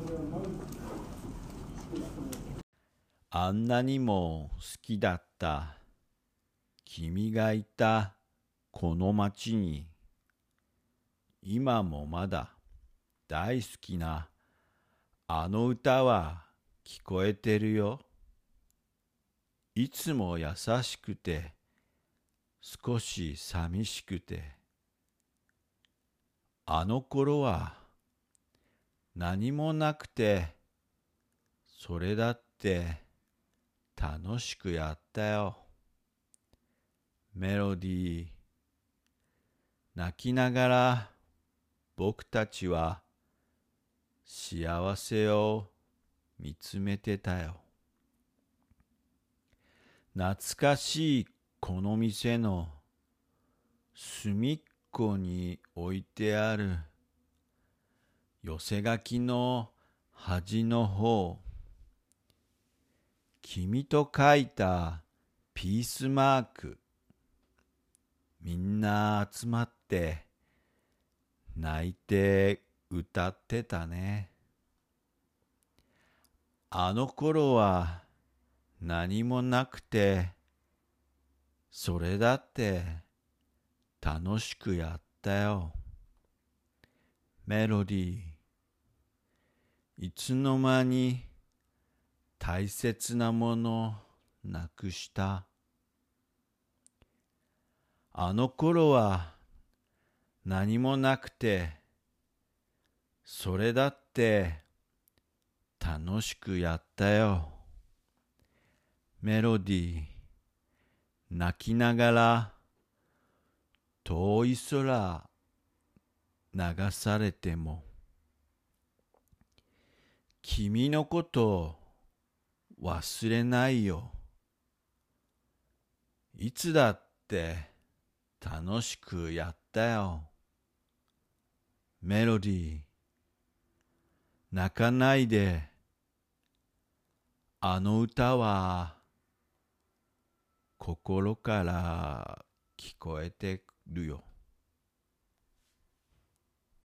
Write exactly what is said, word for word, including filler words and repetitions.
あんなにも好きだった君がいたこの街に、今もまだ大好きなあの歌は聞こえてるよ。いつも優しくて少し寂しくて、あの頃は何もなくて、それだって楽しくやったよ。メロディー。泣きながら僕たちは幸せを見つめてたよ。懐かしいこの店の隅っこに置いてある寄せ書きの端の方、君と書いたピースマーク、みんな集まって泣いて歌ってたね。あの頃は何もなくて、それだって楽しくやったよ。メロディー。いつの間に大切なものなくした。あの頃は何もなくて、それだって楽しくやったよ。メロディー。泣きながら遠い空流されても、君のこと忘れないよ。いつだって楽しくやったよ。メロディー。泣かないで。あの歌は心から聞こえてるよ。